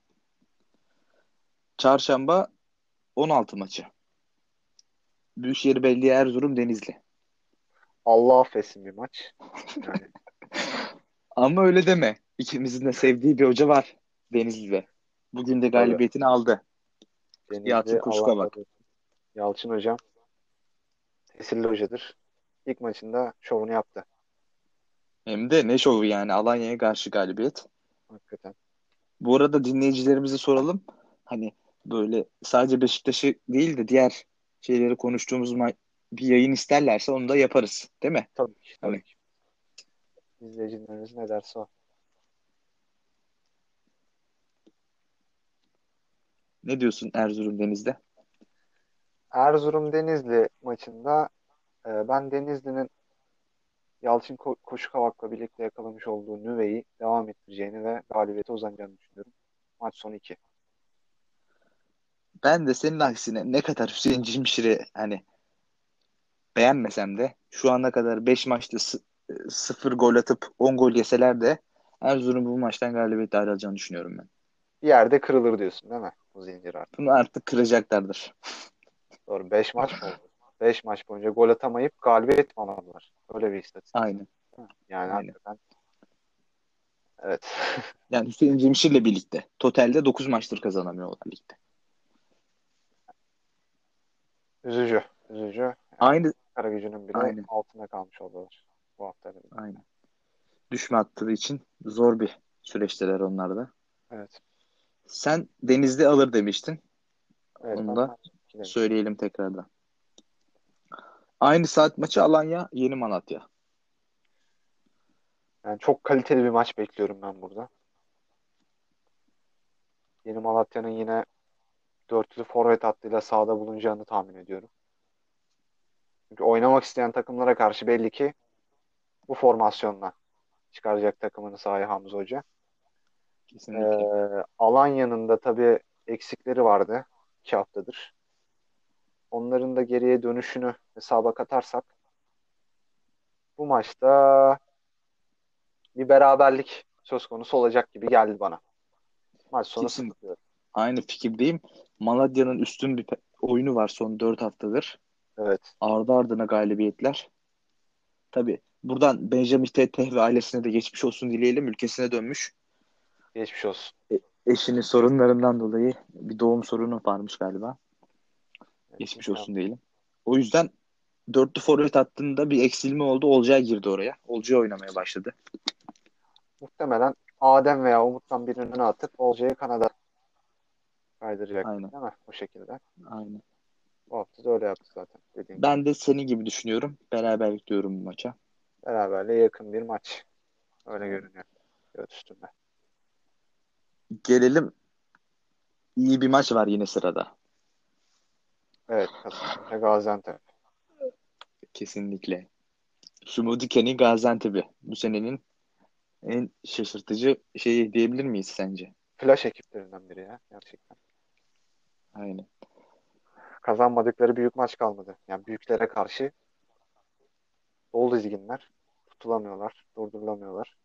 Çarşamba 16 maçı. Büyükşehir Belediye Erzurum Denizli. Allah affetsin bir maç. Yani Ama öyle deme. İkimizin de sevdiği bir hoca var Denizli'de. Bugün de tabii. galibiyetini aldı. Yalçın Denizli Allah Kuşkova. razı olsun. Yalçın hocam tesirli hocadır. İlk maçında şovunu yaptı. Hem de ne şovu yani Alanya'ya karşı galibiyet. Hakikaten. Bu arada dinleyicilerimize soralım. Hani böyle sadece Beşiktaş'ı değil de diğer şeyleri konuştuğumuz bir yayın isterlerse onu da yaparız. Değil mi? Tabii ki. Tabii Hani ki. İzleyicilerimiz ne derse o. ne diyorsun Erzurum Deniz'de? Erzurum Denizli maçında ben Denizli'nin Yalçın Koşukavak'la birlikte yakalamış olduğu nüveyi devam ettireceğini ve galibiyete uzanacağını düşünüyorum. Maç sonu 2. Ben de senin aksine ne kadar Hüseyin Çimşir'i hani beğenmesem de şu ana kadar 5 maçta 0 gol atıp 10 gol yeseler de Erzurum bu maçtan galibiyet ayrılacağını düşünüyorum ben. Bir yerde kırılır diyorsun değil mi? Bu zincir artık. Bunu artık kıracaklardır. Doğru. 5 maç mı oldu? 5 maç boyunca gol atamayıp galibiyet mi alamadılar? Öyle bir istatistik. Aynen. Değil mi? Yani Aynen. hakikaten Evet. Yani Hüseyin Cimşir'le birlikte. Totalde 9 maçtır kazanamıyorlar ligde. Üzücü. Üzücü. Yani Aynı Karagücü'nün bile aynı altında kalmış oldular bu hafta. aynı. Düşme attığı için zor bir süreçteler onlar da. Evet. Sen Denizli alır demiştin. Evet, Onu ben da maç 2 demiştim. söyleyelim tekrardan. Aynı saat maçı Alanya Yeni Malatya. Yani çok kaliteli bir maç bekliyorum ben burada. Yeni Malatya'nın yine dörtlü forvet hattıyla sahada bulunacağını tahmin ediyorum. Çünkü oynamak isteyen takımlara karşı belli ki bu formasyonla çıkaracak takımını sahaya Hamza Hoca. Kesinlikle. Alanya'nın da tabii eksikleri vardı 2 haftadır. Onların da geriye dönüşünü hesaba katarsak bu maçta bir beraberlik söz konusu olacak gibi geldi bana. Maç sonu Kesin 0 diyorum. aynı fikirdeyim. Malatya'nın üstün bir oyunu var son 4 haftadır. Evet. Ardı ardına galibiyetler. Tabii buradan Benjamin Tetteh ve ailesine de geçmiş olsun dileyelim. Ülkesine dönmüş. Geçmiş olsun. Eşinin sorunlarından dolayı bir doğum sorunu varmış galiba. Geçmiş Muhtemelen, olsun diyelim. O yüzden dörtlü forvet hattında bir eksilme oldu. Olcay girdi oraya. Olcay oynamaya başladı. muhtemelen Adem veya Umut'tan birinin önüne atıp Olcay'ı kanada kaydıracak Aynen. değil mi? Bu şekilde. Aynen. Bu hafta da öyle yaptı zaten dediğin gibi. Ben de senin gibi düşünüyorum. Beraber diyorum bu maça. Beraberliğe yakın bir maç. Öyle Aynen. görünüyor. Göz üstünde. Gelelim, iyi bir maç var yine sırada. Evet. Kasımpaşa Gaziantep. Kesinlikle. Şumudike'nin Gaziantep'i. Bu senenin en şaşırtıcı şeyi diyebilir miyiz sence? Flash ekiplerinden biri ya. Gerçekten. Aynen. Kazanmadıkları büyük maç kalmadı. Yani büyüklere karşı dolu dizginler. Tutulamıyorlar. Durdurulamıyorlar.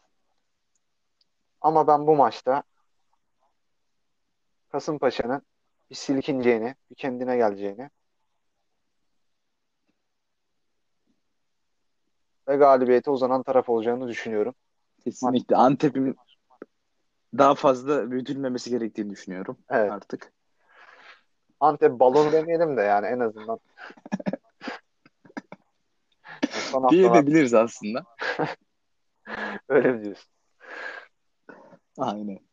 Ama ben bu maçta Kasımpaşa'nın bir silkineceğini, bir kendine geleceğini ve galibiyete uzanan taraf olacağını düşünüyorum. Maç Kesinlikle. sonu Antep'in 1-1. daha fazla büyütülmemesi gerektiğini düşünüyorum Evet. artık. Antep balonu demeyelim de yani en azından yani son haftalar Diyebiliriz aslında. öyle mi diyorsun? Aynen.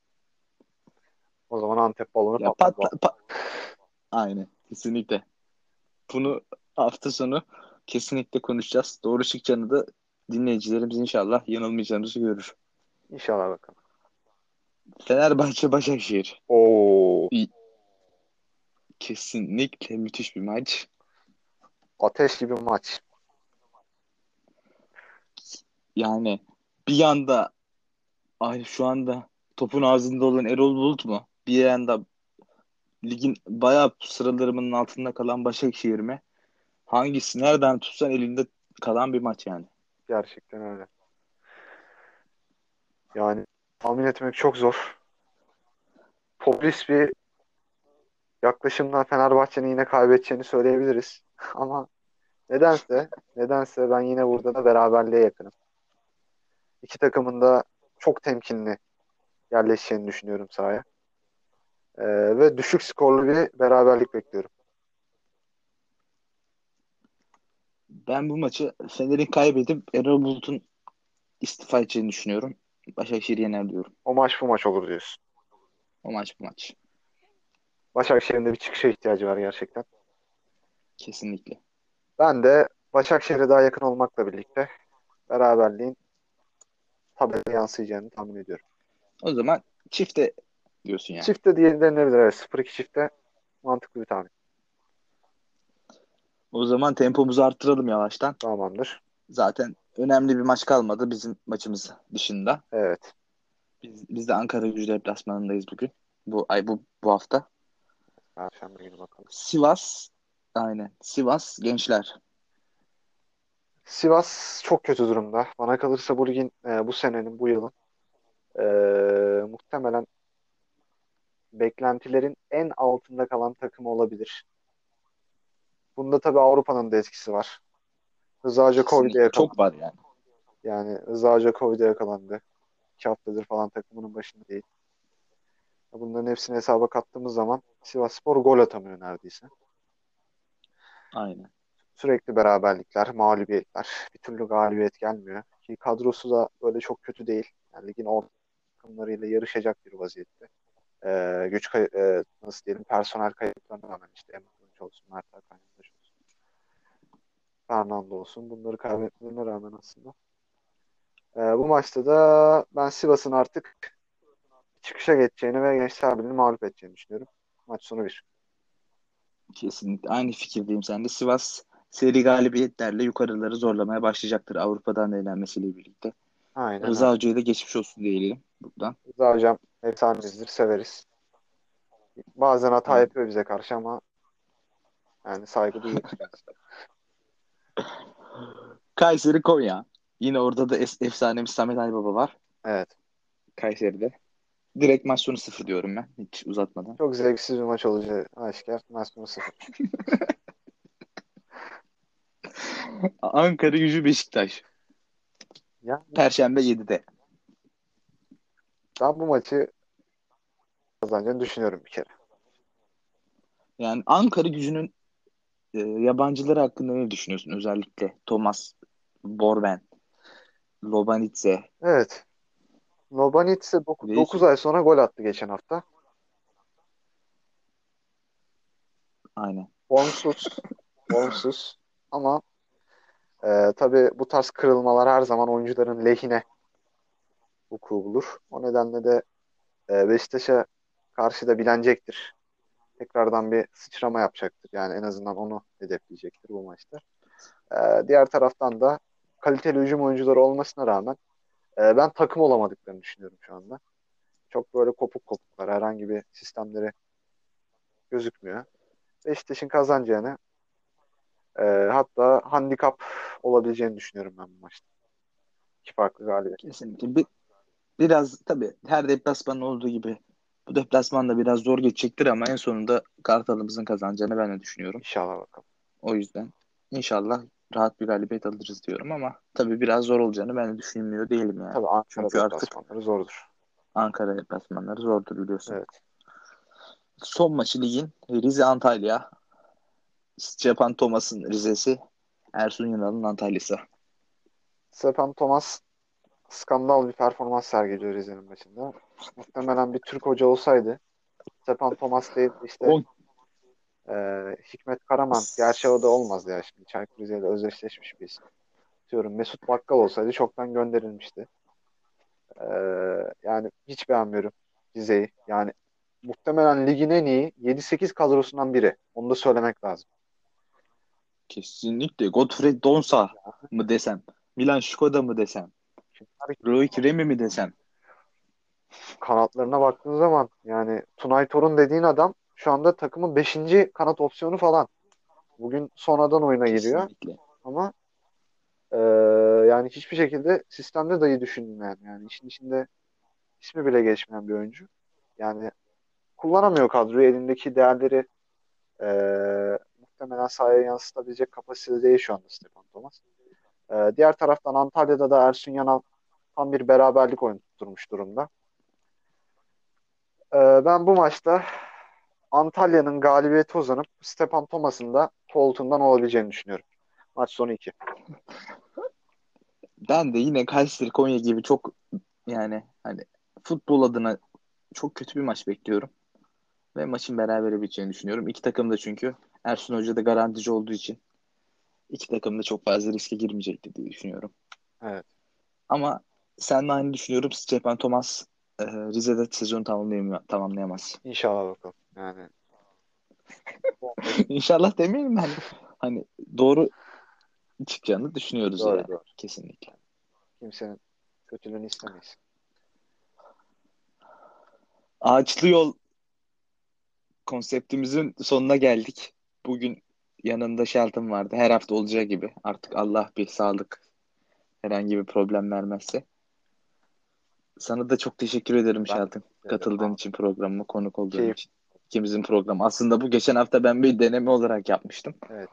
O zaman Antep balonu Ya patladı bu hafta. aynen. Kesinlikle. Bunu hafta sonu kesinlikle konuşacağız. Doğru çıkacağını da dinleyicilerimiz inşallah yanılmayacağımızı görür. İnşallah bakalım. Fenerbahçe Başakşehir. Oo, İyi. Kesinlikle müthiş bir maç. ateş gibi maç. Yani bir yanda ay şu anda topun ağzında olan Erol Bulut mu? Bir yanda ligin bayağı sıralarımın altında kalan Başakşehir mi? Hangisi nereden tutsan elinde kalan bir maç yani. Gerçekten öyle. Yani tahmin etmek çok zor. Popülist bir yaklaşımdan Fenerbahçe'nin yine kaybedeceğini söyleyebiliriz. Ama nedense ben yine burada da beraberliğe yakınım. İki takımın da çok temkinli yerleşeceğini düşünüyorum sahaya. Ve düşük skorlu bir beraberlik bekliyorum. Ben bu maçı Fener'in kaybedip Erol Bulut'un istifa edeceğini düşünüyorum. Başakşehir yener diyorum. O maç bu maç olur diyorsun. O maç bu maç. Başakşehir'in de bir çıkışa ihtiyacı var gerçekten. Kesinlikle. Ben de Başakşehir'e daha yakın olmakla birlikte beraberliğin tabelaya yansıyacağını tahmin ediyorum. O zaman çifte diyorsun yani. Çifte diye denilebilir. Evet, 0-2 çifte mantıklı bir tahmin. O zaman tempomuzu arttıralım yavaştan. Tamamdır. Zaten önemli bir maç kalmadı bizim maçımız dışında. Evet. Biz de Ankara Gücü deplasmanındayız bugün. Bu hafta. Perşembe günü bakalım. Sivas, aynen. Sivas Gençler. Sivas çok kötü durumda. Bana kalırsa bu ligin, bu senenin, bu yılın muhtemelen beklentilerin en altında kalan takım olabilir. Bunda tabii Avrupa'nın da etkisi var. Rıza Hoca Covid'e Kesinlikle. yakalandı. Çok var yani. Yani Rıza Hoca Covid'e yakalandı. 2 haftadır falan takımının başında değil. Bunların hepsini hesaba kattığımız zaman Sivasspor gol atamıyor neredeyse. Aynen. Sürekli beraberlikler, mağlubiyetler. Bir türlü galibiyet gelmiyor. Ki kadrosu da böyle çok kötü değil. Yani ligin orta takımlarıyla yarışacak bir vaziyette. Nasıl diyelim, personel kayıplarına rağmen işte Emre Kılıç olsun, Mert Hakan Yandaş olsun, Fernando olsun. Bunları kaybetmelerine rağmen aslında. Bu maçta da ben Sivas'ın artık çıkışa geçeceğini ve Gençler Birliği'ni mağlup edeceğini düşünüyorum. Maç sonu 1. Kesinlikle aynı fikirdeyim sen de. Sivas seri galibiyetlerle yukarıları zorlamaya başlayacaktır Avrupa'dan da elenmesiyle birlikte. Aynen öyle. Rıza Hoca'ya da geçmiş olsun diyelim buradan. Rıza hocam efsanemizdir, severiz. Bazen hata Aynen. yapıyor bize karşı ama yani saygı duyuyoruz kendisine. Kayseri Konya. Yine orada da efsanemiz Samet Aybaba var. Evet. Kayseri'de. Direkt maç sonu 0 diyorum ben. Hiç uzatmadan. Çok zevksiz bir maç olacağı aşikar. Maç sonu 0. Ankara Gücü Beşiktaş. Yani Perşembe 7'de. ben bu maçı kazanacağını düşünüyorum bir kere. Yani Ankara Gücü'nün yabancıları hakkında ne düşünüyorsun? Özellikle Thomas, Borben, Lobanitze. Evet. Lobanitse Ve 9 ay sonra gol attı geçen hafta. aynen. Formsuz. Formsuz. Ama tabii bu tarz kırılmalar her zaman oyuncuların lehine vuku bulur. O nedenle de Beşiktaş'a karşı da bilenecektir. Tekrardan bir sıçrama yapacaktır. Yani en azından onu hedefleyecektir bu maçta. Diğer taraftan da kaliteli hücum oyuncuları olmasına rağmen ben takım olamadıklarını düşünüyorum şu anda. Çok böyle kopuk kopuklar. Herhangi bir sistemleri gözükmüyor. Beşiktaş'ın kazanacağını, hatta handikap olabileceğini düşünüyorum ben bu maçta. İki farklı galibiyet. Kesinlikle. Biraz tabii her deplasmanın olduğu gibi bu deplasman da biraz zor geçecektir ama en sonunda Kartal'ımızın kazanacağını ben de düşünüyorum. İnşallah bakalım. O yüzden inşallah rahat bir galibiyet alırız diyorum ama tabii biraz zor olacağını ben de düşünmüyor değilim yani. Tabii Ankara Çünkü artık deplasmanları zordur. Ankara deplasmanları zordur biliyorsun. Evet. Son maçı ligin Rize Antalya. Stepan Thomas'ın Rize'si, Ersun Yanal'ın Antalya'sı. Stefan Thomas skandal bir performans sergiliyor Rize'nin maçında. Muhtemelen bir Türk hoca olsaydı Stefan Thomas değil de işte O Hikmet Karaman. Gerçi o da olmazdı ya şimdi. Çaykur Rize'yle özdeşleşmiş bir isim. Diyorum Mesut Bakkal olsaydı çoktan gönderilmişti. Yani hiç beğenmiyorum Rize'yi. Yani muhtemelen ligin en iyi 7-8 kadrosundan biri. Onu da söylemek lazım. kesinlikle Godfrey Donsa mı desem, Milan Škoda mı desem, Şimdi her Rui Kremi mi desem. kanatlarına baktığın zaman yani Tunay Torun dediğin adam şu anda takımın beşinci kanat opsiyonu falan. Bugün sonradan oyuna giriyor Kesinlikle. ama e, yani hiçbir şekilde sistemde dahi düşünmeyen, yani işin içinde ismi bile geçmeyen bir oyuncu. Yani kullanamıyor kadroyu, elindeki değerleri muhtemelen sahaya yansıtabilecek kapasitede değil şu anda Stefan Thomas. Diğer taraftan Antalya'da da Ersun Yanal tam bir beraberlik oyun tutturmuş durumda. Ben bu maçta Antalya'nın galibiyeti uzanıp Stefan Thomas'ın da koltuğundan olabileceğini düşünüyorum. Maç sonu 2. Ben de yine Kayseri Konya gibi çok yani hani futbol adına çok kötü bir maç bekliyorum. Ve maçın berabere biteceğini düşünüyorum. İki takım da çünkü Ersun Hoca da garantici olduğu için iki takım da çok fazla riske girmeyecektir diye düşünüyorum. Evet. Ama seninle aynı düşünüyorum. Stefan Thomas Rize'de sezonu tamamlayamaz. İnşallah bakalım. Yani bomba İnşallah demeyelim de hani doğru çıkacağını düşünüyoruz doğru yani doğru. kesinlikle. Kimsenin kötülüğünü istemeyiz. Ağaçlı yol konseptimizin sonuna geldik. Bugün yanında Shelton vardı. Her hafta olacağı gibi. Artık Allah bir sağlık, herhangi bir problem vermezse. Sana da çok teşekkür ederim Ben Shelton. teşekkür ederim Katıldığın abi. için programıma, konuk olduğun Keyif. için. İkimizin programı. Aslında bu geçen hafta ben bir deneme olarak yapmıştım. Evet.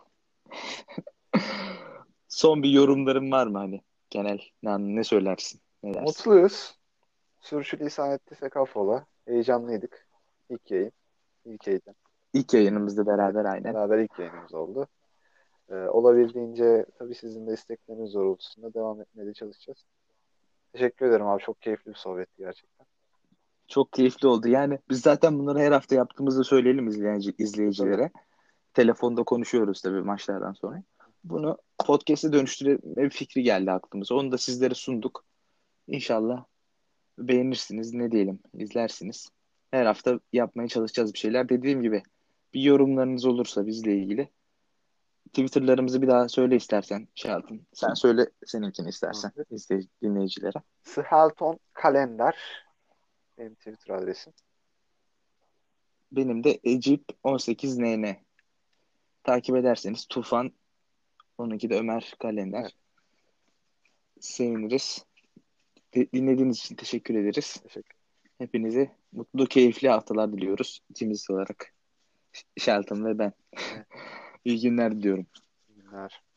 Son bir yorumlarım var mı hani? Genel ne söylersin? Ne dersin? Mutluyuz. Sürçülisan ettiysek affola. Heyecanlıydık. İlk yayın. İlk heyecan. İlk yayınımızda Evet. beraber aynen. Beraber ilk yayınımız oldu. Olabildiğince tabii sizin de istekleriniz doğrultusunda devam etmeye çalışacağız. Teşekkür ederim abi. Çok keyifli bir sohbetti gerçekten. Çok keyifli oldu. Yani biz zaten bunları her hafta yaptığımızı söyleyelim Tabii tabii. izleyicilere. Telefonda konuşuyoruz tabii maçlardan sonra. Bunu podcast'e dönüştürme bir fikri geldi aklımıza. Onu da sizlere sunduk. İnşallah beğenirsiniz. Ne diyelim, izlersiniz. Her hafta yapmaya çalışacağız bir şeyler. Dediğim gibi bir yorumlarınız olursa bizle ilgili Twitter'larımızı bir daha söyle istersen Şahat'ın. Sen söyle seninkini istersen Tamamdır. dinleyicilere. Shelton Kalender benim Twitter adresim. Benim de Ecip18NN. Takip ederseniz Tufan, onunki de Ömer Evet. Kalender. Seviniriz. Dinlediğiniz için teşekkür ederiz. Teşekkür Hepinize mutlu, keyifli haftalar diliyoruz. İkimiz olarak. Shelton ve ben. ederim. İyi günler diliyorum. İyi günler.